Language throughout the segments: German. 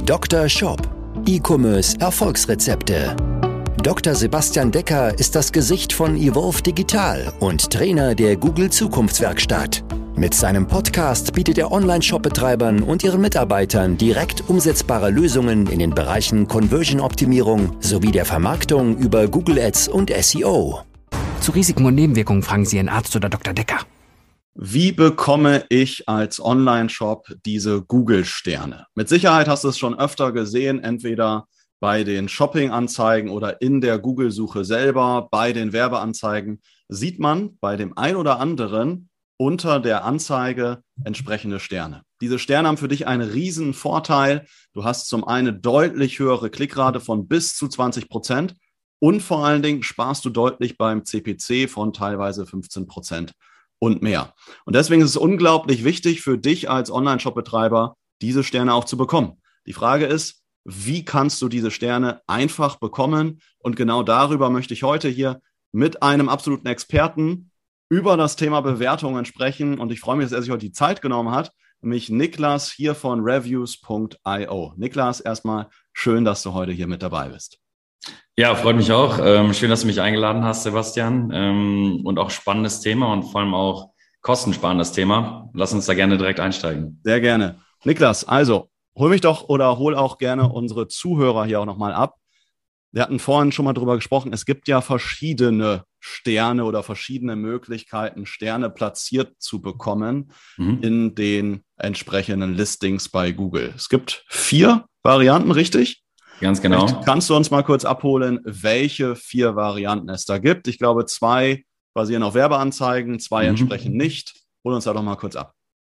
Dr. Shop. E-Commerce Erfolgsrezepte. Dr. Sebastian Decker ist das Gesicht von Evolve Digital und Trainer der Google Zukunftswerkstatt. Mit seinem Podcast bietet er Online-Shop-Betreibern und ihren Mitarbeitern direkt umsetzbare Lösungen in den Bereichen Conversion-Optimierung sowie der Vermarktung über Google Ads und SEO. Zu Risiken und Nebenwirkungen fragen Sie Ihren Arzt oder Dr. Decker. Wie bekomme ich als Online-Shop diese Google-Sterne? Mit Sicherheit hast du es schon öfter gesehen, entweder bei den Shopping-Anzeigen oder in der Google-Suche selber, bei den Werbeanzeigen, sieht man bei dem ein oder anderen unter der Anzeige entsprechende Sterne. Diese Sterne haben für dich einen riesen Vorteil. Du hast zum einen deutlich höhere Klickrate von bis zu 20% und vor allen Dingen sparst du deutlich beim CPC von teilweise 15% und mehr. Und deswegen ist es unglaublich wichtig für dich als Online-Shop-Betreiber, diese Sterne auch zu bekommen. Die Frage ist, wie kannst du diese Sterne einfach bekommen? Und genau darüber möchte ich heute hier mit einem absoluten Experten über das Thema Bewertungen sprechen. Und ich freue mich, dass er sich heute die Zeit genommen hat, nämlich Niklas hier von Reviews.io. Niklas, erstmal schön, dass du heute hier mit dabei bist. Ja, freut mich auch. Schön, dass du mich eingeladen hast, Sebastian. Und auch spannendes Thema und vor allem auch kostensparendes Thema. Lass uns da gerne direkt einsteigen. Sehr gerne. Niklas, also hol mich doch oder hol auch gerne unsere Zuhörer hier auch nochmal ab. Wir hatten vorhin schon mal drüber gesprochen, es gibt ja verschiedene Sterne oder verschiedene Möglichkeiten, Sterne platziert zu bekommen in den entsprechenden Listings bei Google. Es gibt 4 Varianten, richtig? Ganz genau. Vielleicht kannst du uns mal kurz abholen, welche 4 Varianten es da gibt? Ich glaube, 2 basieren auf Werbeanzeigen, 2 entsprechend nicht. Hol uns da doch mal kurz ab.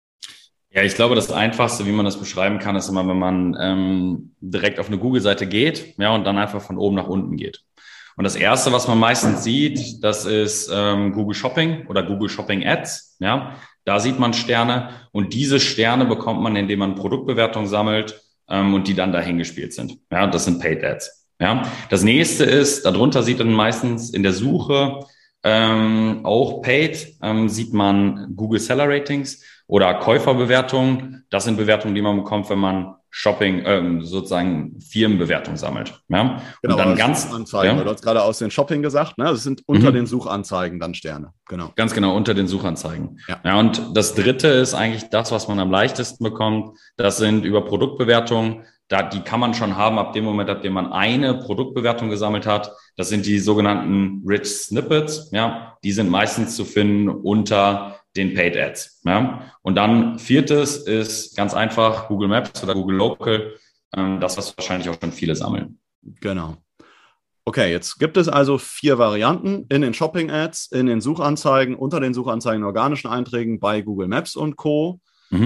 Ja, ich glaube, das Einfachste, wie man das beschreiben kann, ist immer, wenn man direkt auf eine Google-Seite geht, ja, und dann einfach von oben nach unten geht. Und das Erste, was man meistens sieht, das ist Google Shopping oder Google Shopping Ads. Ja, da sieht man Sterne und diese Sterne bekommt man, indem man Produktbewertungen sammelt und die dann dahin gespielt sind. Ja, das sind Paid Ads. Ja, das nächste ist, darunter sieht man meistens in der Suche auch Paid, sieht man Google Seller Ratings oder Käuferbewertungen. Das sind Bewertungen, die man bekommt, wenn man Shopping, sozusagen Firmenbewertung sammelt. Ja? Genau, und dann ganz Suchanzeigen. Ja? Du hast gerade aus den Shopping gesagt, ne? Das sind unter den Suchanzeigen dann Sterne. Genau. Ganz genau, unter den Suchanzeigen. Ja. Ja, und das dritte ist eigentlich das, was man am leichtesten bekommt. Das sind über Produktbewertungen. Die kann man schon haben ab dem Moment, ab dem man eine Produktbewertung gesammelt hat. Das sind die sogenannten Rich Snippets. Ja, die sind meistens zu finden unter den Paid Ads. Ja. Und dann viertes ist ganz einfach Google Maps oder Google Local. Das, was wahrscheinlich auch schon viele sammeln. Genau. Okay, jetzt gibt es also 4 Varianten in den Shopping Ads, in den Suchanzeigen, unter den Suchanzeigen, organischen Einträgen bei Google Maps und Co.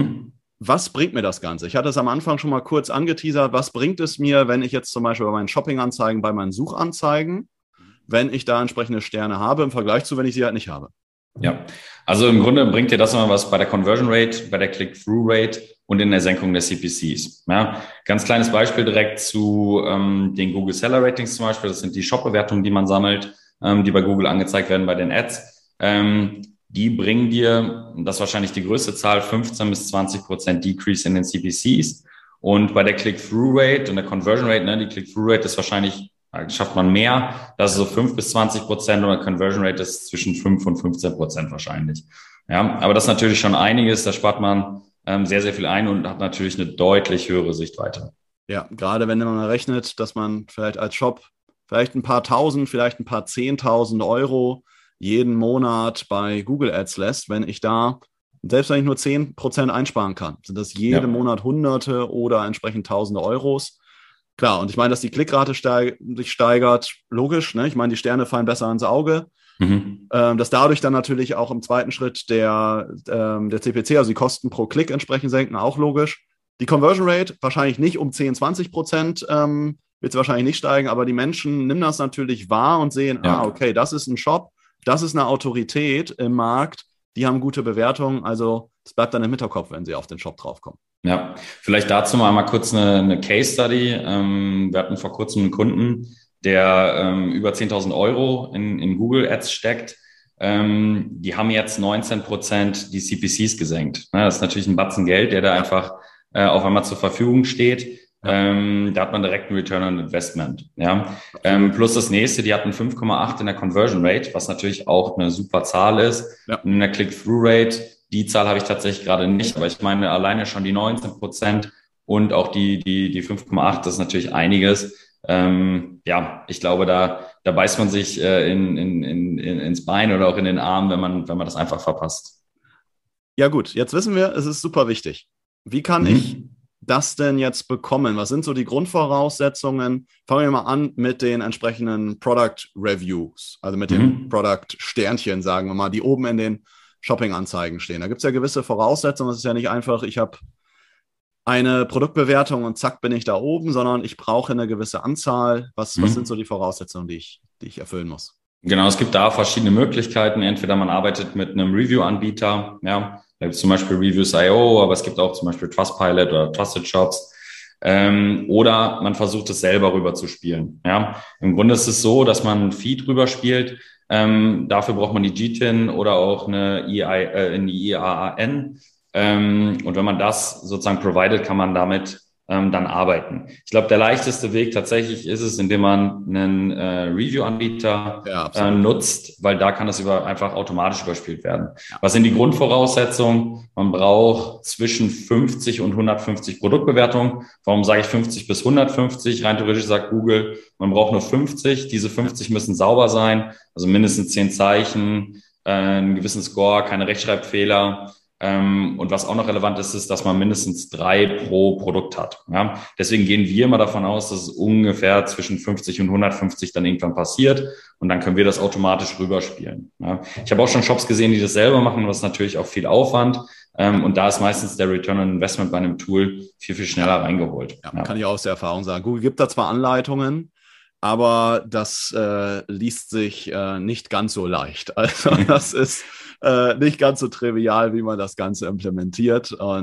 Was bringt mir das Ganze? Ich hatte es am Anfang schon mal kurz angeteasert. Was bringt es mir, wenn ich jetzt zum Beispiel bei meinen Shopping-Anzeigen, bei meinen Suchanzeigen, wenn ich da entsprechende Sterne habe, im Vergleich zu, wenn ich sie halt nicht habe? Ja, also im Grunde bringt dir das immer was bei der Conversion Rate, bei der Click-Through-Rate und in der Senkung der CPCs. Ja, ganz kleines Beispiel direkt zu den Google Seller Ratings zum Beispiel. Das sind die Shop-Bewertungen, die man sammelt, die bei Google angezeigt werden bei den Ads. Die bringen dir, das ist wahrscheinlich die größte Zahl, 15-20% Decrease in den CPCs. Und bei der Click-Through-Rate und der Conversion Rate, ne, die Click-Through-Rate ist wahrscheinlich, schafft man mehr, das ist so 5-20% und der Conversion Rate ist zwischen 5 und 15% wahrscheinlich. Ja, aber das ist natürlich schon einiges, da spart man sehr, sehr viel ein und hat natürlich eine deutlich höhere Sichtweite. Ja, gerade wenn man rechnet, dass man vielleicht als Shop vielleicht ein paar Tausend, vielleicht ein paar 10.000 Euro jeden Monat bei Google Ads lässt, wenn ich da, selbst wenn ich nur 10% einsparen kann, sind das jeden Monat Hunderte oder entsprechend Tausende Euros. Klar, und ich meine, dass die Klickrate sich steigert, logisch, ne? Ich meine, die Sterne fallen besser ins Auge. Dass dadurch dann natürlich auch im zweiten Schritt der CPC, also die Kosten pro Klick entsprechend senken, auch logisch. Die Conversion Rate wahrscheinlich nicht um 10-20%, wird es wahrscheinlich nicht steigen, aber die Menschen nehmen das natürlich wahr und sehen, okay, das ist ein Shop, das ist eine Autorität im Markt, die haben gute Bewertungen, also das bleibt dann im Hinterkopf, wenn sie auf den Shop draufkommen. Ja, vielleicht dazu mal kurz eine Case Study. Wir hatten vor kurzem einen Kunden, der über 10.000 Euro in Google Ads steckt. Die haben jetzt 19% die CPCs gesenkt. Das ist natürlich ein Batzen Geld, der da einfach auf einmal zur Verfügung steht. Da hat man direkt einen Return on Investment. Ja? Plus das nächste, die hatten 5,8 in der Conversion Rate, was natürlich auch eine super Zahl ist. Ja. Und in der Click-Through-Rate, die Zahl habe ich tatsächlich gerade nicht, aber ich meine alleine schon die 19% und auch die 5,8, das ist natürlich einiges. Ich glaube, da beißt man sich ins Bein oder auch in den Arm, wenn man das einfach verpasst. Ja gut, jetzt wissen wir, es ist super wichtig. Wie kann ich das denn jetzt bekommen? Was sind so die Grundvoraussetzungen? Fangen wir mal an mit den entsprechenden Product Reviews, also mit den Product Sternchen, sagen wir mal, die oben in den Shopping-Anzeigen stehen. Da gibt es ja gewisse Voraussetzungen. Es ist ja nicht einfach, ich habe eine Produktbewertung und zack bin ich da oben, sondern ich brauche eine gewisse Anzahl. Was sind so die Voraussetzungen, die ich erfüllen muss? Genau, es gibt da verschiedene Möglichkeiten. Entweder man arbeitet mit einem Review-Anbieter, ja, da gibt es zum Beispiel Reviews.io, aber es gibt auch zum Beispiel Trustpilot oder Trusted Shops. Oder man versucht es selber rüber zu spielen. Ja. Im Grunde ist es so, dass man ein Feed rüberspielt. Dafür braucht man die GTIN oder auch eine IAAN. Und wenn man das sozusagen provided, kann man damit dann arbeiten. Ich glaube, der leichteste Weg tatsächlich ist es, indem man einen Review-Anbieter nutzt, weil da kann das einfach automatisch überspielt werden. Ja. Was sind die Grundvoraussetzungen? Man braucht zwischen 50 und 150 Produktbewertungen. Warum sage ich 50 bis 150? Rein theoretisch sagt Google, man braucht nur 50. Diese 50 müssen sauber sein, also mindestens 10 Zeichen, einen gewissen Score, keine Rechtschreibfehler. Und was auch noch relevant ist, ist, dass man mindestens 3 pro Produkt hat. Ja? Deswegen gehen wir immer davon aus, dass es ungefähr zwischen 50 und 150 dann irgendwann passiert. Und dann können wir das automatisch rüberspielen. Ja? Ich habe auch schon Shops gesehen, die das selber machen. Das ist natürlich auch viel Aufwand. Und da ist meistens der Return on Investment bei einem Tool viel, viel schneller reingeholt. Ja, kann ich auch aus der Erfahrung sagen. Google gibt da zwar Anleitungen, aber das liest sich nicht ganz so leicht. Also das ist nicht ganz so trivial, wie man das Ganze implementiert. Und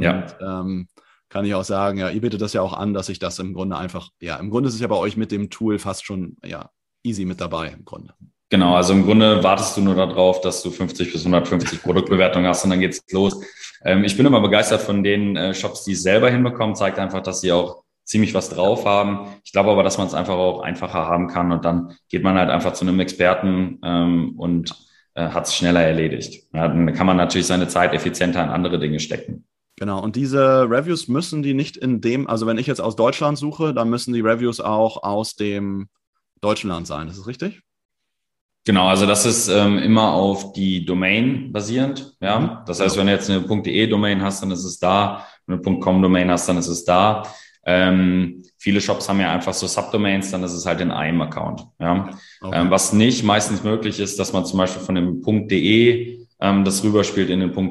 kann ich auch sagen, ja, ihr bietet das ja auch an, dass ich das im Grunde einfach, im Grunde ist es ja bei euch mit dem Tool fast schon easy mit dabei im Grunde. Genau, also im Grunde wartest du nur darauf, dass du 50 bis 150 Produktbewertungen hast und dann geht's los. Ich bin immer begeistert von den Shops, die es selber hinbekommen, zeigt einfach, dass sie auch ziemlich was drauf haben. Ich glaube aber, dass man es einfach auch einfacher haben kann und dann geht man halt einfach zu einem Experten und hat es schneller erledigt. Ja, dann kann man natürlich seine Zeit effizienter in andere Dinge stecken. Genau, und diese Reviews müssen die nicht also wenn ich jetzt aus Deutschland suche, dann müssen die Reviews auch aus dem deutschen Land sein. Ist das richtig? Genau, also das ist immer auf die Domain basierend. Ja, das heißt, wenn du jetzt eine .de-Domain hast, dann ist es da. Wenn du eine .com-Domain hast, dann ist es da. Viele Shops haben ja einfach so Subdomains, dann ist es halt in einem Account. Ja. Okay. Was nicht meistens möglich ist, dass man zum Beispiel von dem .de das rüberspielt in den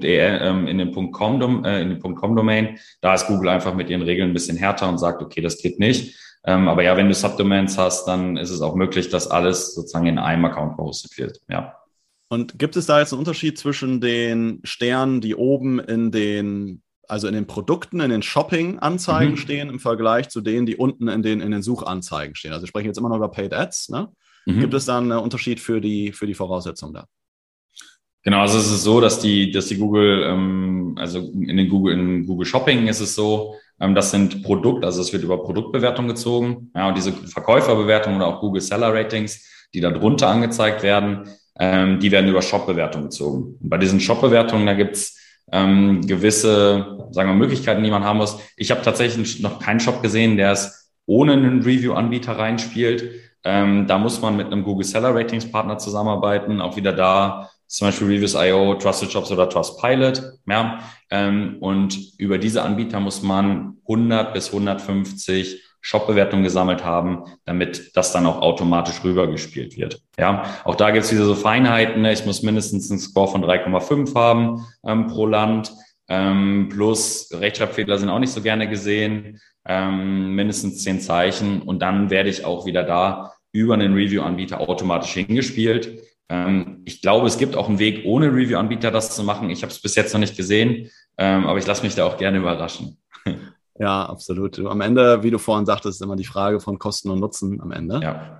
.com-Domain. Da ist Google einfach mit ihren Regeln ein bisschen härter und sagt, okay, das geht nicht. Aber ja, wenn du Subdomains hast, dann ist es auch möglich, dass alles sozusagen in einem Account gehostet wird. Ja. Und gibt es da jetzt einen Unterschied zwischen den Sternen, die oben in den Produkten, in den Shopping-Anzeigen stehen, im Vergleich zu denen, die unten in den Suchanzeigen stehen? Also wir sprechen jetzt immer noch über Paid Ads, ne? Gibt es da einen Unterschied für die Voraussetzungen da? Genau, also es ist so, dass die Google, in Google Shopping ist es so, das sind also es wird über Produktbewertung gezogen, ja, und diese Verkäuferbewertung oder auch Google Seller Ratings, die da drunter angezeigt werden, die werden über Shop-Bewertung gezogen. Und bei diesen Shop-Bewertungen, da gibt's gewisse, sagen wir, Möglichkeiten, die man haben muss. Ich habe tatsächlich noch keinen Shop gesehen, der es ohne einen Review-Anbieter reinspielt. Da muss man mit einem Google Seller Ratings Partner zusammenarbeiten. Auch wieder da zum Beispiel Reviews.io, Trusted Shops oder Trustpilot. Ja. Und über diese Anbieter muss man 100 bis 150 Shop-Bewertungen gesammelt haben, damit das dann auch automatisch rübergespielt wird. Ja, auch da gibt es wieder so Feinheiten. Ich muss mindestens einen Score von 3,5 haben pro Land. Plus Rechtschreibfehler sind auch nicht so gerne gesehen. Mindestens 10 Zeichen. Und dann werde ich auch wieder da über einen Review-Anbieter automatisch hingespielt. Ich glaube, es gibt auch einen Weg, ohne Review-Anbieter das zu machen. Ich habe es bis jetzt noch nicht gesehen, aber ich lasse mich da auch gerne überraschen. Ja, absolut. Am Ende, wie du vorhin sagtest, ist immer die Frage von Kosten und Nutzen am Ende. Ja.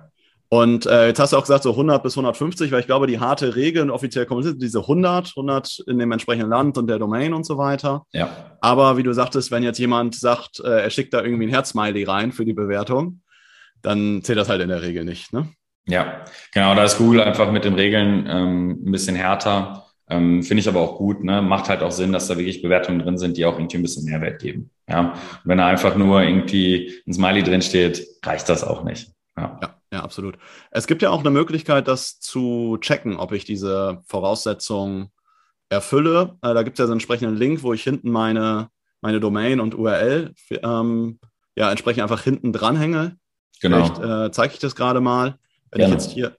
Und jetzt hast du auch gesagt, so 100 bis 150, weil ich glaube, die harte Regel offiziell kommuniziert diese 100 in dem entsprechenden Land und der Domain und so weiter. Ja. Aber wie du sagtest, wenn jetzt jemand sagt, er schickt da irgendwie ein Herzsmiley rein für die Bewertung, dann zählt das halt in der Regel nicht, ne? Ja, genau, da ist Google einfach mit den Regeln ein bisschen härter. Finde ich aber auch gut, ne? Macht halt auch Sinn, dass da wirklich Bewertungen drin sind, die auch irgendwie ein bisschen Mehrwert geben. Ja, wenn da einfach nur irgendwie ein Smiley drin steht, reicht das auch nicht. Ja, absolut. Es gibt ja auch eine Möglichkeit, das zu checken, ob ich diese Voraussetzungen erfülle. Da gibt es ja so einen entsprechenden Link, wo ich hinten meine Domain und URL entsprechend einfach hinten dranhänge. Genau. Vielleicht zeige ich das gerade mal. Wenn ich jetzt hier,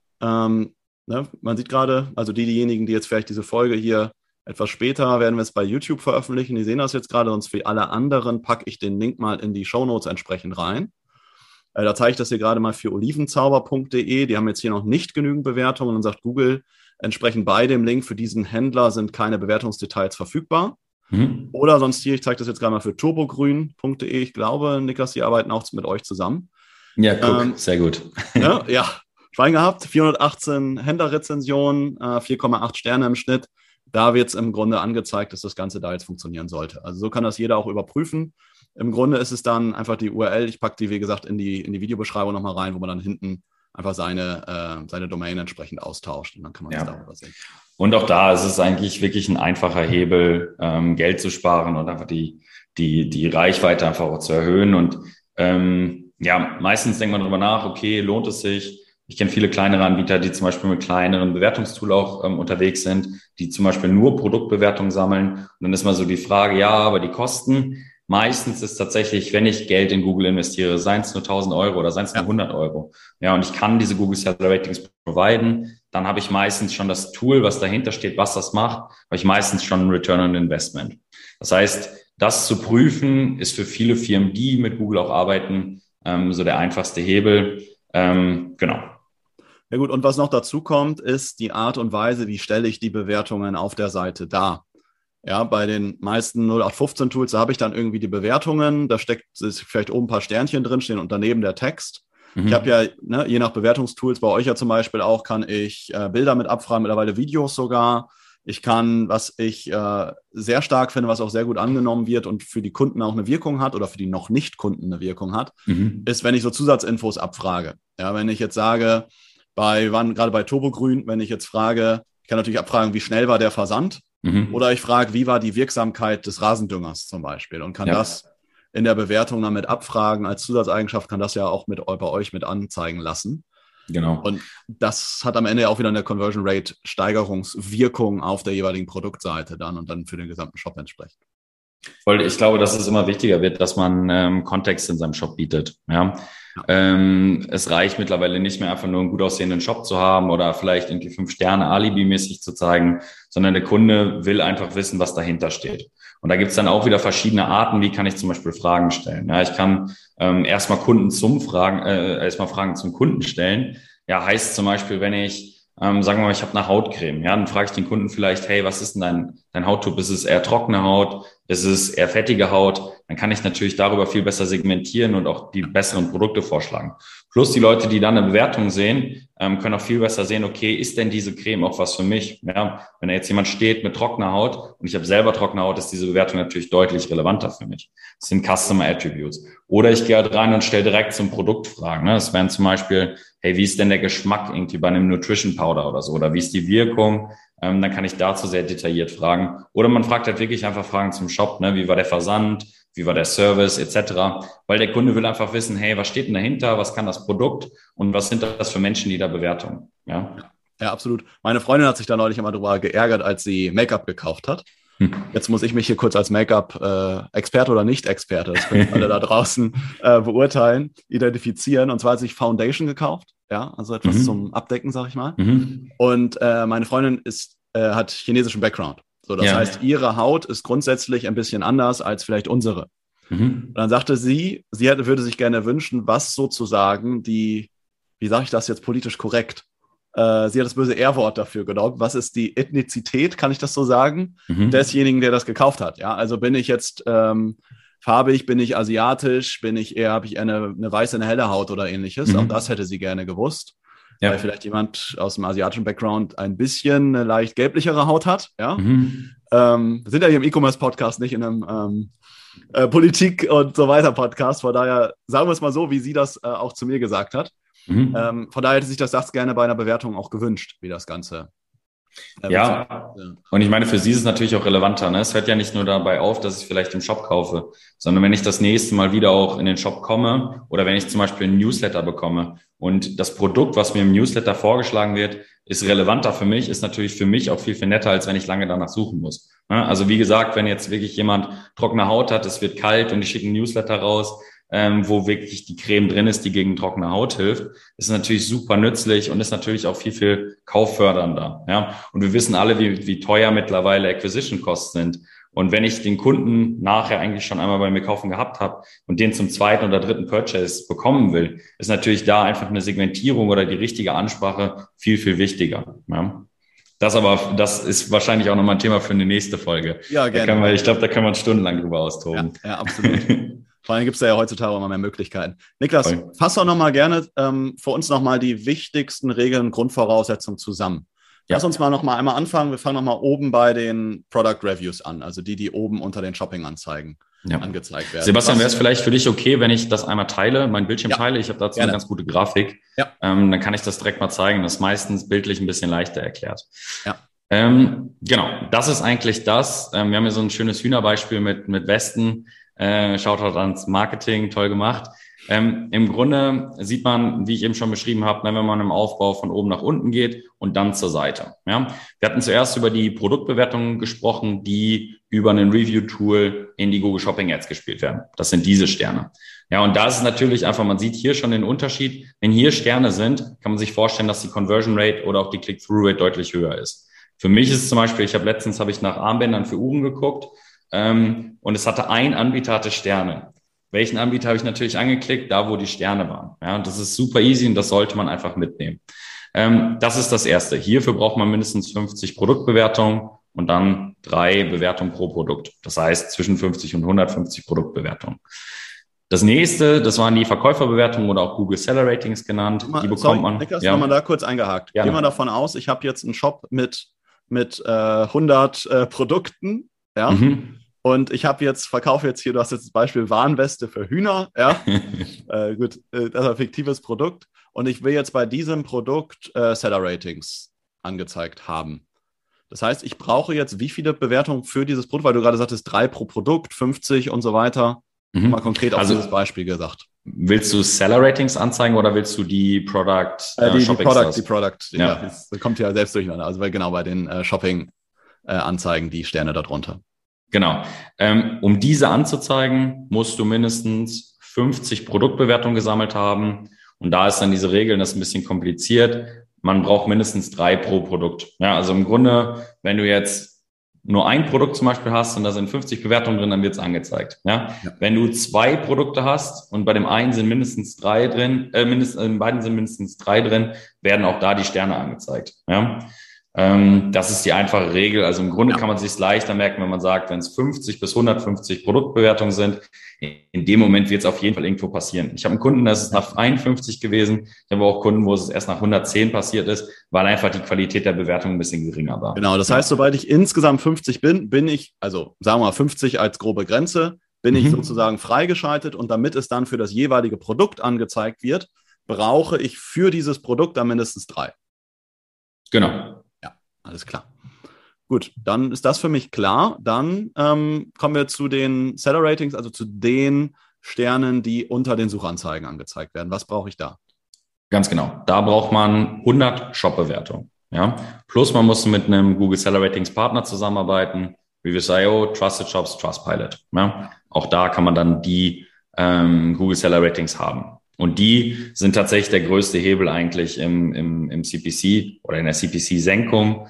man sieht gerade, also diejenigen, die jetzt vielleicht diese Folge hier etwas später, werden wir es bei YouTube veröffentlichen, die sehen das jetzt gerade, sonst für alle anderen packe ich den Link mal in die Shownotes entsprechend rein. Da zeige ich das hier gerade mal für olivenzauber.de. Die haben jetzt hier noch nicht genügend Bewertungen und sagt Google, entsprechend bei dem Link für diesen Händler sind keine Bewertungsdetails verfügbar. Oder sonst hier, ich zeige das jetzt gerade mal für turbogrün.de. Ich glaube, Niklas, die arbeiten auch mit euch zusammen. Ja, guck, sehr gut. Ja, Schwein gehabt, 418 Händlerrezensionen, 4,8 Sterne im Schnitt. Da wird es im Grunde angezeigt, dass das Ganze da jetzt funktionieren sollte. Also so kann das jeder auch überprüfen. Im Grunde ist es dann einfach die URL, ich packe die, wie gesagt, in die Videobeschreibung nochmal rein, wo man dann hinten einfach seine Domain entsprechend austauscht und dann kann man das darüber sehen. Und auch da ist es eigentlich wirklich ein einfacher Hebel, Geld zu sparen und einfach die Reichweite einfach auch zu erhöhen. Und meistens denkt man darüber nach, okay, lohnt es sich? Ich kenne viele kleinere Anbieter, die zum Beispiel mit kleineren Bewertungstool auch unterwegs sind, die zum Beispiel nur Produktbewertungen sammeln. Und dann ist mal so die Frage, ja, aber die Kosten. Meistens ist tatsächlich, wenn ich Geld in Google investiere, seien es nur 1.000 Euro oder seien es nur 100 Euro. Ja, und ich kann diese Google Seller Ratings providen, dann habe ich meistens schon das Tool, was dahinter steht, was das macht, habe ich meistens schon ein Return on Investment. Das heißt, das zu prüfen, ist für viele Firmen, die mit Google auch arbeiten, so der einfachste Hebel. Genau. Ja gut, und was noch dazu kommt, ist die Art und Weise, wie stelle ich die Bewertungen auf der Seite dar. Ja, bei den meisten 0815-Tools, da habe ich dann irgendwie die Bewertungen, da steckt vielleicht oben ein paar Sternchen drinstehen und daneben der Text. Ich habe ja, je nach Bewertungstools, bei euch ja zum Beispiel auch, kann ich Bilder mit abfragen, mittlerweile Videos sogar. Ich kann, was ich sehr stark finde, was auch sehr gut angenommen wird und für die Kunden auch eine Wirkung hat oder für die noch nicht Kunden eine Wirkung hat, ist, wenn ich so Zusatzinfos abfrage. Ja, wenn ich jetzt sage, gerade bei Turbogrün, wenn ich jetzt frage, ich kann natürlich abfragen, wie schnell war der Versand? Oder ich frage, wie war die Wirksamkeit des Rasendüngers zum Beispiel und kann das in der Bewertung damit abfragen. Als Zusatzeigenschaft kann das ja auch bei euch mit anzeigen lassen. Genau. Und das hat am Ende ja auch wieder eine Conversion Rate Steigerungswirkung auf der jeweiligen Produktseite dann und dann für den gesamten Shop entsprechend. Ich glaube, dass es immer wichtiger wird, dass man Kontext in seinem Shop bietet. Ja. Es reicht mittlerweile nicht mehr einfach nur einen gut aussehenden Shop zu haben oder vielleicht irgendwie 5 Sterne Alibi-mäßig zu zeigen, sondern der Kunde will einfach wissen, was dahinter steht. Und da gibt es dann auch wieder verschiedene Arten, wie kann ich zum Beispiel Fragen stellen. Ja, ich kann erstmal Fragen zum Kunden stellen. Ja, heißt zum Beispiel, wenn ich sagen wir mal, ich habe eine Hautcreme, ja, dann frage ich den Kunden vielleicht, hey, was ist denn dein Hauttyp? Ist es eher trockene Haut? Ist es eher fettige Haut? Dann kann ich natürlich darüber viel besser segmentieren und auch die besseren Produkte vorschlagen. Plus die Leute, die dann eine Bewertung sehen, können auch viel besser sehen, okay, ist denn diese Creme auch was für mich? Ja, wenn da jetzt jemand steht mit trockener Haut und ich habe selber trockene Haut, ist diese Bewertung natürlich deutlich relevanter für mich. Das sind Customer Attributes. Oder ich gehe halt rein und stelle direkt zum Produkt Fragen. Das wären zum Beispiel, hey, wie ist denn der Geschmack irgendwie bei einem Nutrition Powder oder so? Oder wie ist die Wirkung? Dann kann ich dazu sehr detailliert fragen. Oder man fragt halt wirklich einfach Fragen zum Shop, ne? Wie war der Versand? Wie war der Service etc.? Weil der Kunde will einfach wissen, hey, was steht denn dahinter? Was kann das Produkt? Und was sind das für Menschen, die da Bewertungen? Ja, absolut. Meine Freundin hat sich da neulich immer drüber geärgert, als sie Make-up gekauft hat. Jetzt muss ich mich hier kurz als Make-up-Experte oder Nicht-Experte, das können alle da draußen beurteilen, identifizieren. Und zwar hat sie sich Foundation gekauft, ja, also etwas zum Abdecken, sag ich mal. Und meine Freundin hat chinesischen Background. So, das heißt, ihre Haut ist grundsätzlich ein bisschen anders als vielleicht unsere. Und dann sagte sie würde sich gerne wünschen, was sozusagen wie sage ich das jetzt politisch korrekt? Sie hat das böse R-Wort dafür genommen. Was ist die Ethnizität, kann ich das so sagen, desjenigen, der das gekauft hat? Ja, also bin ich jetzt farbig, bin ich asiatisch, habe ich eher eine weiße, eine helle Haut oder ähnliches? Auch das hätte sie gerne gewusst. weil vielleicht jemand aus dem asiatischen Background ein bisschen eine leicht gelblichere Haut hat. Ja? Wir sind ja hier im E-Commerce-Podcast, nicht in einem Politik- und so weiter Podcast. Von daher sagen wir es mal so, wie sie das auch zu mir gesagt hat. Von daher hätte sich das gerne bei einer Bewertung auch gewünscht, wie das Ganze. Und ich meine, für sie ist es natürlich auch relevanter. Ne? Es hört ja nicht nur dabei auf, dass ich vielleicht im Shop kaufe, sondern wenn ich das nächste Mal wieder auch in den Shop komme oder wenn ich zum Beispiel einen Newsletter bekomme und das Produkt, was mir im Newsletter vorgeschlagen wird, ist relevanter für mich, ist natürlich für mich auch viel, viel netter, als wenn ich lange danach suchen muss. Ne? Also wie gesagt, wenn jetzt wirklich jemand trockene Haut hat, es wird kalt und ich schicke einen Newsletter raus, wo wirklich die Creme drin ist, die gegen trockene Haut hilft, ist natürlich super nützlich und ist natürlich auch viel, viel kauffördernder. Ja? Und wir wissen alle, wie teuer mittlerweile Acquisition-Costs sind. Und wenn ich den Kunden nachher eigentlich schon einmal bei mir kaufen gehabt habe und den zum zweiten oder dritten Purchase bekommen will, ist natürlich da einfach eine Segmentierung oder die richtige Ansprache viel, viel wichtiger. Ja? Das ist wahrscheinlich auch nochmal ein Thema für eine nächste Folge. Ja, gerne. Ich glaube, da können wir uns stundenlang drüber austoben. Ja, absolut. Vor allem gibt es ja heutzutage immer mehr Möglichkeiten. Niklas, fass doch nochmal gerne für uns nochmal die wichtigsten Regeln und Grundvoraussetzungen zusammen. Lass uns mal nochmal einmal anfangen. Wir fangen nochmal oben bei den Product Reviews an, also die oben unter den Shopping-Anzeigen angezeigt werden. Sebastian, wäre es vielleicht für dich okay, wenn ich das einmal teile, meinen Bildschirm teile? Ich habe dazu eine ganz gute Grafik. Ja. Dann kann ich das direkt mal zeigen. Das ist meistens bildlich ein bisschen leichter erklärt. Ja. Genau, das ist eigentlich das. Wir haben hier so ein schönes Hühnerbeispiel mit Westen. Shoutout ans Marketing, toll gemacht. Im Grunde sieht man, wie ich eben schon beschrieben habe, wenn man im Aufbau von oben nach unten geht und dann zur Seite. Ja? Wir hatten zuerst über die Produktbewertungen gesprochen, die über ein Review-Tool in die Google Shopping Ads gespielt werden. Das sind diese Sterne. Ja, und da ist es natürlich einfach, man sieht hier schon den Unterschied. Wenn hier Sterne sind, kann man sich vorstellen, dass die Conversion Rate oder auch die Click-Through-Rate deutlich höher ist. Für mich ist es zum Beispiel, letztens habe ich nach Armbändern für Uhren geguckt, und es hatte ein Anbieter, hatte Sterne. Welchen Anbieter habe ich natürlich angeklickt? Da, wo die Sterne waren. Ja, und das ist super easy und das sollte man einfach mitnehmen. Das ist das Erste. Hierfür braucht man mindestens 50 Produktbewertungen und dann 3 Bewertungen pro Produkt. Das heißt zwischen 50 und 150 Produktbewertungen. Das nächste, das waren die Verkäuferbewertungen oder auch Google Seller Ratings genannt. Die bekommt man. Niklas, nochmal da kurz eingehakt. Gehen wir davon aus, ich habe jetzt einen Shop mit 100 Produkten. Ja. Und ich verkaufe jetzt hier, du hast jetzt das Beispiel Warnweste für Hühner, ja. Gut, das ist ein fiktives Produkt. Und ich will jetzt bei diesem Produkt Seller Ratings angezeigt haben. Das heißt, ich brauche jetzt wie viele Bewertungen für dieses Produkt, weil du gerade sagtest, 3 pro Produkt, 50 und so weiter. Mal konkret auf dieses Beispiel gesagt. Willst du Seller Ratings anzeigen oder willst du die Product die Product, ja. Das kommt ja selbst durcheinander. Also bei den Shopping Anzeigen, die Sterne darunter. Genau. Um diese anzuzeigen, musst du mindestens 50 Produktbewertungen gesammelt haben. Und da ist dann diese Regel, das ist ein bisschen kompliziert. Man braucht mindestens 3 pro Produkt. Ja, also im Grunde, wenn du jetzt nur ein Produkt zum Beispiel hast und da sind 50 Bewertungen drin, dann wird es angezeigt. Ja? Wenn du 2 Produkte hast und bei dem einen sind mindestens 3 drin, in beiden sind mindestens 3 drin, werden auch da die Sterne angezeigt. Ja? Das ist die einfache Regel. Also im Grunde kann man sich leichter merken, wenn man sagt, wenn es 50 bis 150 Produktbewertungen sind, in dem Moment wird es auf jeden Fall irgendwo passieren. Ich habe einen Kunden, das ist nach 51 gewesen. Ich habe auch Kunden, wo es erst nach 110 passiert ist, weil einfach die Qualität der Bewertung ein bisschen geringer war. Genau, das heißt, sobald ich insgesamt 50 bin ich, also sagen wir mal 50 als grobe Grenze, bin ich sozusagen freigeschaltet und damit es dann für das jeweilige Produkt angezeigt wird, brauche ich für dieses Produkt dann mindestens 3. Genau. Alles klar. Gut, dann ist das für mich klar. Dann kommen wir zu den Seller Ratings, also zu den Sternen, die unter den Suchanzeigen angezeigt werden. Was brauche ich da? Ganz genau. Da braucht man 100 Shop-Bewertungen. Ja? Plus man muss mit einem Google Seller Ratings Partner zusammenarbeiten. Reviews.io, Trusted Shops, Trustpilot. Ja? Auch da kann man dann die Google Seller Ratings haben. Und die sind tatsächlich der größte Hebel eigentlich im CPC oder in der CPC-Senkung.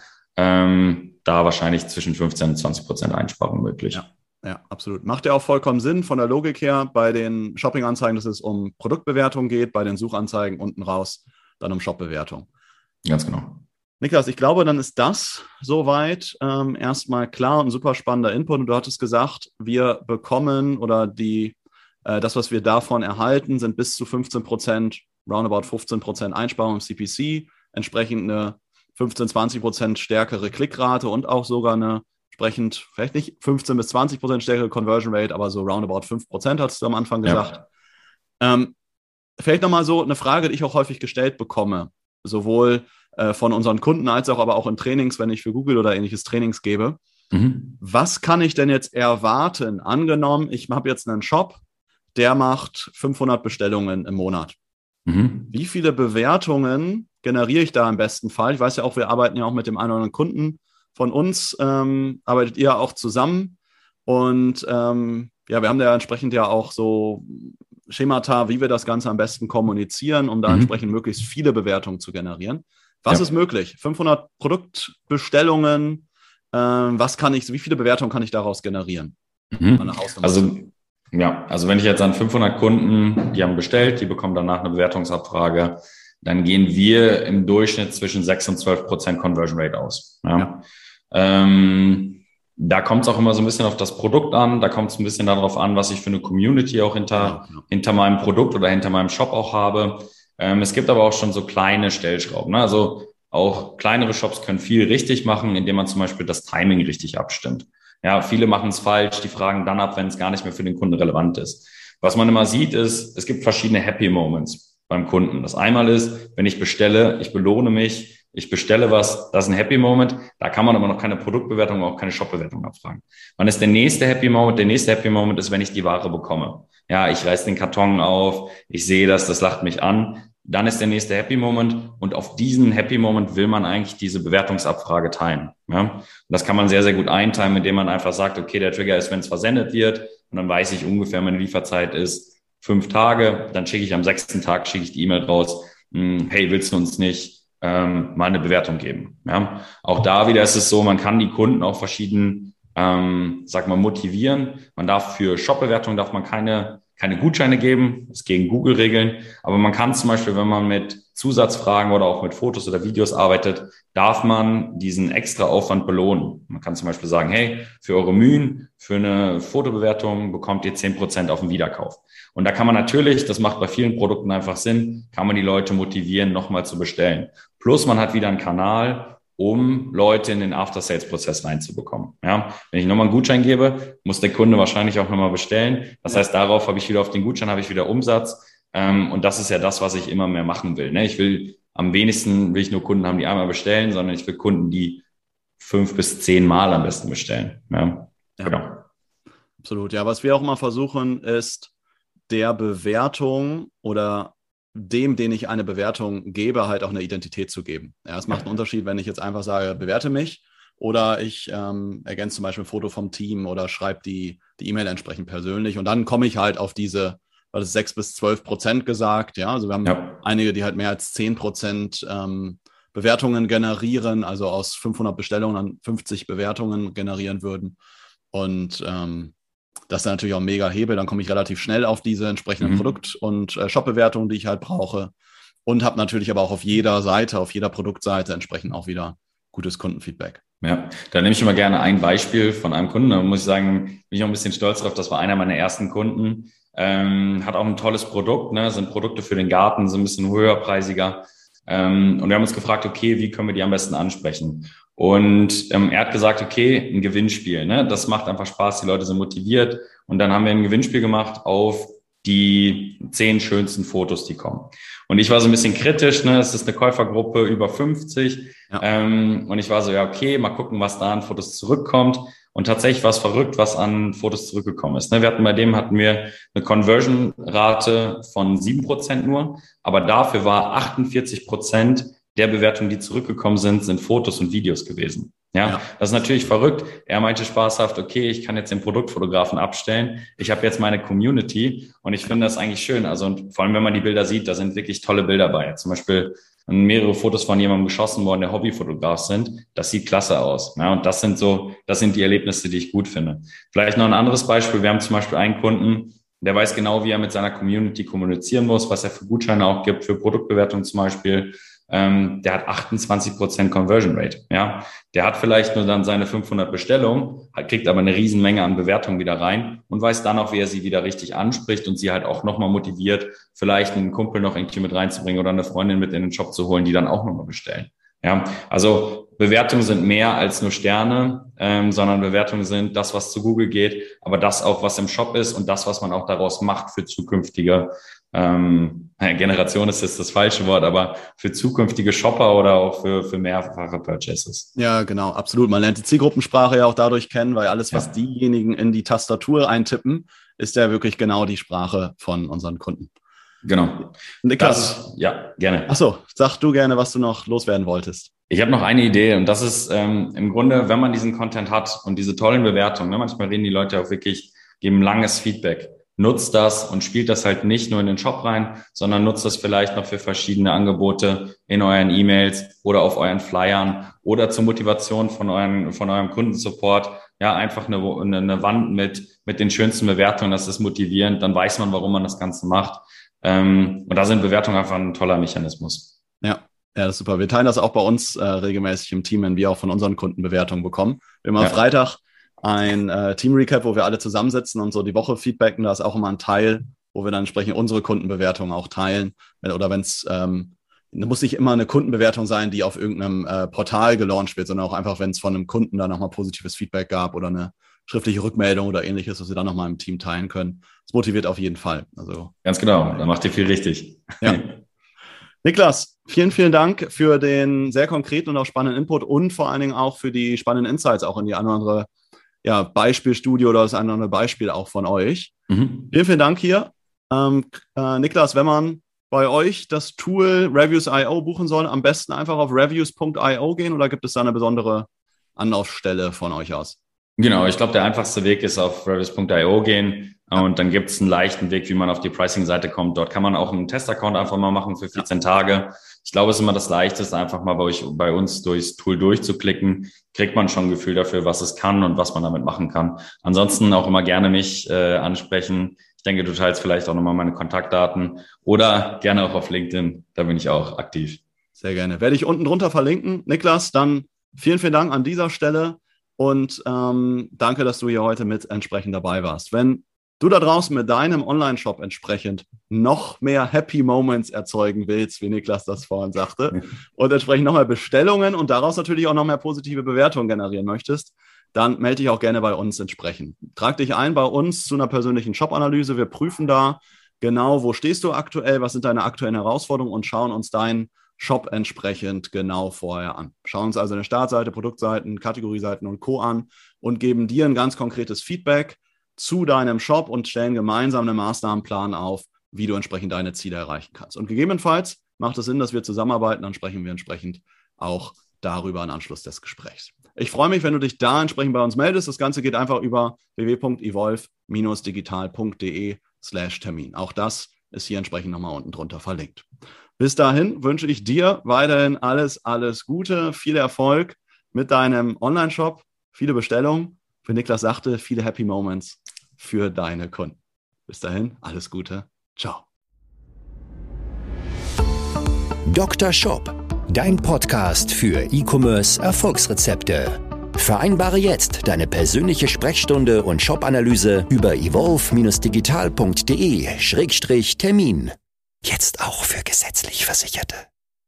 Da wahrscheinlich zwischen 15 und 20% Einsparung möglich. Ja, absolut. Macht ja auch vollkommen Sinn von der Logik her bei den Shopping-Anzeigen, dass es um Produktbewertung geht, bei den Suchanzeigen unten raus dann um Shop-Bewertung. Ganz genau. Niklas, ich glaube, dann ist das soweit erstmal klar und ein super spannender Input. Und du hattest gesagt, wir bekommen oder das, was wir davon erhalten, sind bis zu 15% roundabout 15% Einsparung im CPC, entsprechend eine 15-20% stärkere Klickrate und auch sogar eine entsprechend, vielleicht nicht 15-20% stärkere Conversion Rate, aber so roundabout 5%, hast du am Anfang gesagt. Vielleicht nochmal so eine Frage, die ich auch häufig gestellt bekomme, sowohl von unseren Kunden als auch aber auch in Trainings, wenn ich für Google oder ähnliches Trainings gebe. Was kann ich denn jetzt erwarten? Angenommen, ich habe jetzt einen Shop, der macht 500 Bestellungen im Monat. Wie viele Bewertungen generiere ich da im besten Fall? Ich weiß ja auch, wir arbeiten ja auch mit dem einen oder anderen Kunden von uns, arbeitet ihr auch zusammen. Und wir haben da entsprechend ja auch so Schemata, wie wir das Ganze am besten kommunizieren, um da entsprechend möglichst viele Bewertungen zu generieren. Was ist möglich? 500 Produktbestellungen, wie viele Bewertungen kann ich daraus generieren? Also wenn ich jetzt an 500 Kunden, die haben bestellt, die bekommen danach eine Bewertungsabfrage, dann gehen wir im Durchschnitt zwischen 6 und 12% Conversion Rate aus. Da kommt es auch immer so ein bisschen auf das Produkt an, da kommt es ein bisschen darauf an, was ich für eine Community auch hinter meinem Produkt oder hinter meinem Shop auch habe. Es gibt aber auch schon so kleine Stellschrauben, ne? Also auch kleinere Shops können viel richtig machen, indem man zum Beispiel das Timing richtig abstimmt. Ja, viele machen es falsch, die fragen dann ab, wenn es gar nicht mehr für den Kunden relevant ist. Was man immer sieht, ist, es gibt verschiedene Happy Moments beim Kunden. Das einmal ist, wenn ich bestelle, ich belohne mich, ich bestelle was, das ist ein Happy Moment. Da kann man aber noch keine Produktbewertung, auch keine Shop-Bewertung abfragen. Wann ist der nächste Happy Moment? Der nächste Happy Moment ist, wenn ich die Ware bekomme. Ja, ich reiß den Karton auf, ich sehe das lacht mich an. Dann ist der nächste Happy Moment und auf diesen Happy Moment will man eigentlich diese Bewertungsabfrage teilen. Ja? Und das kann man sehr, sehr gut eintimen, indem man einfach sagt, okay, der Trigger ist, wenn es versendet wird und dann weiß ich ungefähr, meine Lieferzeit ist 5 Tage, dann schicke ich am 6. Tag die E-Mail raus, hey, willst du uns nicht mal eine Bewertung geben? Ja? Auch da wieder ist es so, man kann die Kunden auch verschieden, motivieren. Man darf für Shop-Bewertungen keine Gutscheine geben, das ist gegen Google-Regeln, aber man kann zum Beispiel, wenn man mit Zusatzfragen oder auch mit Fotos oder Videos arbeitet, darf man diesen extra Aufwand belohnen. Man kann zum Beispiel sagen, hey, für eure Mühen, für eine Fotobewertung bekommt ihr 10% auf den Wiederkauf. Und da kann man natürlich, das macht bei vielen Produkten einfach Sinn, kann man die Leute motivieren, nochmal zu bestellen. Plus man hat wieder einen Kanal, um Leute in den After-Sales-Prozess reinzubekommen. Ja, wenn ich nochmal einen Gutschein gebe, muss der Kunde wahrscheinlich auch nochmal bestellen. Das heißt, darauf habe ich wieder Umsatz. Und das ist ja das, was ich immer mehr machen will. Am wenigsten will ich nur Kunden haben, die einmal bestellen, sondern ich will Kunden, die 5 bis 10 Mal am besten bestellen. Ja. Genau. Absolut. Ja, was wir auch mal versuchen, ist der Bewertung oder dem, den ich eine Bewertung gebe, halt auch eine Identität zu geben. Ja, es macht einen Unterschied, wenn ich jetzt einfach sage, bewerte mich oder ich ergänze zum Beispiel ein Foto vom Team oder schreibe die E-Mail entsprechend persönlich und dann komme ich halt auf diese, was ist 6 bis 12% gesagt. Ja, also wir haben einige, die halt mehr als 10% Bewertungen generieren, also aus 500 Bestellungen dann 50 Bewertungen generieren würden und das ist natürlich auch ein mega Hebel, dann komme ich relativ schnell auf diese entsprechenden Produkt- und Shop-Bewertungen, die ich halt brauche und habe natürlich aber auch auf jeder Seite, auf jeder Produktseite entsprechend auch wieder gutes Kundenfeedback. Ja, da nehme ich immer gerne ein Beispiel von einem Kunden, da muss ich sagen, bin ich auch ein bisschen stolz drauf, das war einer meiner ersten Kunden, hat auch ein tolles Produkt, ne? Sind Produkte für den Garten, sind ein bisschen höherpreisiger und wir haben uns gefragt, okay, wie können wir die am besten ansprechen? Und er hat gesagt, okay, ein Gewinnspiel, ne? Das macht einfach Spaß, die Leute sind motiviert. Und dann haben wir ein Gewinnspiel gemacht auf die 10 schönsten Fotos, die kommen. Und ich war so ein bisschen kritisch, ne? Es ist eine Käufergruppe über 50. Ja. Und ich war so, ja, okay, mal gucken, was da an Fotos zurückkommt. Und tatsächlich war es verrückt, was an Fotos zurückgekommen ist. Bei dem hatten wir eine Conversion-Rate von 7% nur, aber dafür war 48% der Bewertungen, die zurückgekommen sind Fotos und Videos gewesen. Ja, das ist natürlich verrückt. Er meinte spaßhaft, okay, ich kann jetzt den Produktfotografen abstellen. Ich habe jetzt meine Community und ich finde das eigentlich schön. Also und vor allem, wenn man die Bilder sieht, da sind wirklich tolle Bilder bei. Zum Beispiel mehrere Fotos von jemandem geschossen worden, der Hobbyfotograf sind. Das sieht klasse aus. Ja, und das sind die Erlebnisse, die ich gut finde. Vielleicht noch ein anderes Beispiel. Wir haben zum Beispiel einen Kunden, der weiß genau, wie er mit seiner Community kommunizieren muss, was er für Gutscheine auch gibt, für Produktbewertung zum Beispiel. der hat 28% Conversion Rate. Ja, der hat vielleicht nur dann seine 500 Bestellungen, kriegt aber eine Riesenmenge an Bewertungen wieder rein und weiß dann auch, wie er sie wieder richtig anspricht und sie halt auch nochmal motiviert, vielleicht einen Kumpel noch irgendwie mit reinzubringen oder eine Freundin mit in den Shop zu holen, die dann auch nochmal bestellen. Ja, also Bewertungen sind mehr als nur Sterne, sondern Bewertungen sind das, was zu Google geht, aber das auch, was im Shop ist und das, was man auch daraus macht für zukünftige Generation ist jetzt das falsche Wort, aber für zukünftige Shopper oder auch für mehrfache Purchases. Ja, genau, absolut. Man lernt die Zielgruppensprache ja auch dadurch kennen, weil alles, was diejenigen in die Tastatur eintippen, ist ja wirklich genau die Sprache von unseren Kunden. Genau. Niklas. Ja, gerne. Achso, sag du gerne, was du noch loswerden wolltest. Ich habe noch eine Idee und das ist im Grunde, wenn man diesen Content hat und diese tollen Bewertungen, ne, manchmal reden die Leute auch wirklich, geben langes Feedback. Nutzt das und spielt das halt nicht nur in den Shop rein, sondern nutzt das vielleicht noch für verschiedene Angebote in euren E-Mails oder auf euren Flyern oder zur Motivation von eurem Kundensupport. Ja, einfach eine Wand mit den schönsten Bewertungen, das ist motivierend, dann weiß man, warum man das Ganze macht. Und da sind Bewertungen einfach ein toller Mechanismus. Ja, das ist super. Wir teilen das auch bei uns regelmäßig im Team, wenn wir auch von unseren Kunden Bewertungen bekommen. Wir haben am Freitag ein Team-Recap, wo wir alle zusammensitzen und so die Woche feedbacken. Da ist auch immer ein Teil, wo wir dann entsprechend unsere Kundenbewertungen auch teilen. Oder wenn es, muss nicht immer eine Kundenbewertung sein, die auf irgendeinem Portal gelauncht wird, sondern auch einfach, wenn es von einem Kunden dann nochmal positives Feedback gab oder eine schriftliche Rückmeldung oder ähnliches, was wir dann nochmal im Team teilen können. Das motiviert auf jeden Fall. Also ganz genau, da macht ihr viel richtig. Ja. Niklas, vielen, vielen Dank für den sehr konkreten und auch spannenden Input und vor allen Dingen auch für die spannenden Insights auch in die eine oder andere Beispielstudie oder das eine oder andere Beispiel auch von euch. Vielen, vielen Dank hier. Niklas, wenn man bei euch das Tool Reviews.io buchen soll, am besten einfach auf reviews.io gehen oder gibt es da eine besondere Anlaufstelle von euch aus? Genau, ich glaube, der einfachste Weg ist auf reviews.io gehen und dann gibt es einen leichten Weg, wie man auf die Pricing-Seite kommt. Dort kann man auch einen Testaccount einfach mal machen für 14 Tage. Ich glaube, es ist immer das Leichteste, einfach mal bei uns durchs Tool durchzuklicken. Kriegt man schon ein Gefühl dafür, was es kann und was man damit machen kann. Ansonsten auch immer gerne mich ansprechen. Ich denke, du teilst vielleicht auch nochmal meine Kontaktdaten oder gerne auch auf LinkedIn. Da bin ich auch aktiv. Sehr gerne. Werde ich unten drunter verlinken. Niklas, dann vielen, vielen Dank an dieser Stelle. Und danke, dass du hier heute mit entsprechend dabei warst. Wenn du da draußen mit deinem Online-Shop entsprechend noch mehr Happy Moments erzeugen willst, wie Niklas das vorhin sagte, und entsprechend noch mehr Bestellungen und daraus natürlich auch noch mehr positive Bewertungen generieren möchtest, dann melde dich auch gerne bei uns entsprechend. Trag dich ein bei uns zu einer persönlichen Shop-Analyse. Wir prüfen da genau, wo stehst du aktuell, was sind deine aktuellen Herausforderungen und schauen uns deinen Shop entsprechend genau vorher an. Schauen uns also eine Startseite, Produktseiten, Kategorieseiten und Co. an und geben dir ein ganz konkretes Feedback zu deinem Shop und stellen gemeinsam einen Maßnahmenplan auf, wie du entsprechend deine Ziele erreichen kannst. Und gegebenenfalls macht es Sinn, dass wir zusammenarbeiten, dann sprechen wir entsprechend auch darüber im Anschluss des Gesprächs. Ich freue mich, wenn du dich da entsprechend bei uns meldest. Das Ganze geht einfach über www.evolve-digital.de/Termin. Auch das ist hier entsprechend nochmal unten drunter verlinkt. Bis dahin wünsche ich dir weiterhin alles Gute, viel Erfolg mit deinem Online-Shop, viele Bestellungen, wie Niklas sagte, viele Happy Moments für deine Kunden. Bis dahin, alles Gute. Ciao. Dr. Shop, dein Podcast für E-Commerce Erfolgsrezepte. Vereinbare jetzt deine persönliche Sprechstunde und Shop-Analyse über evolve-digital.de/Termin. Jetzt auch für gesetzlich Versicherte.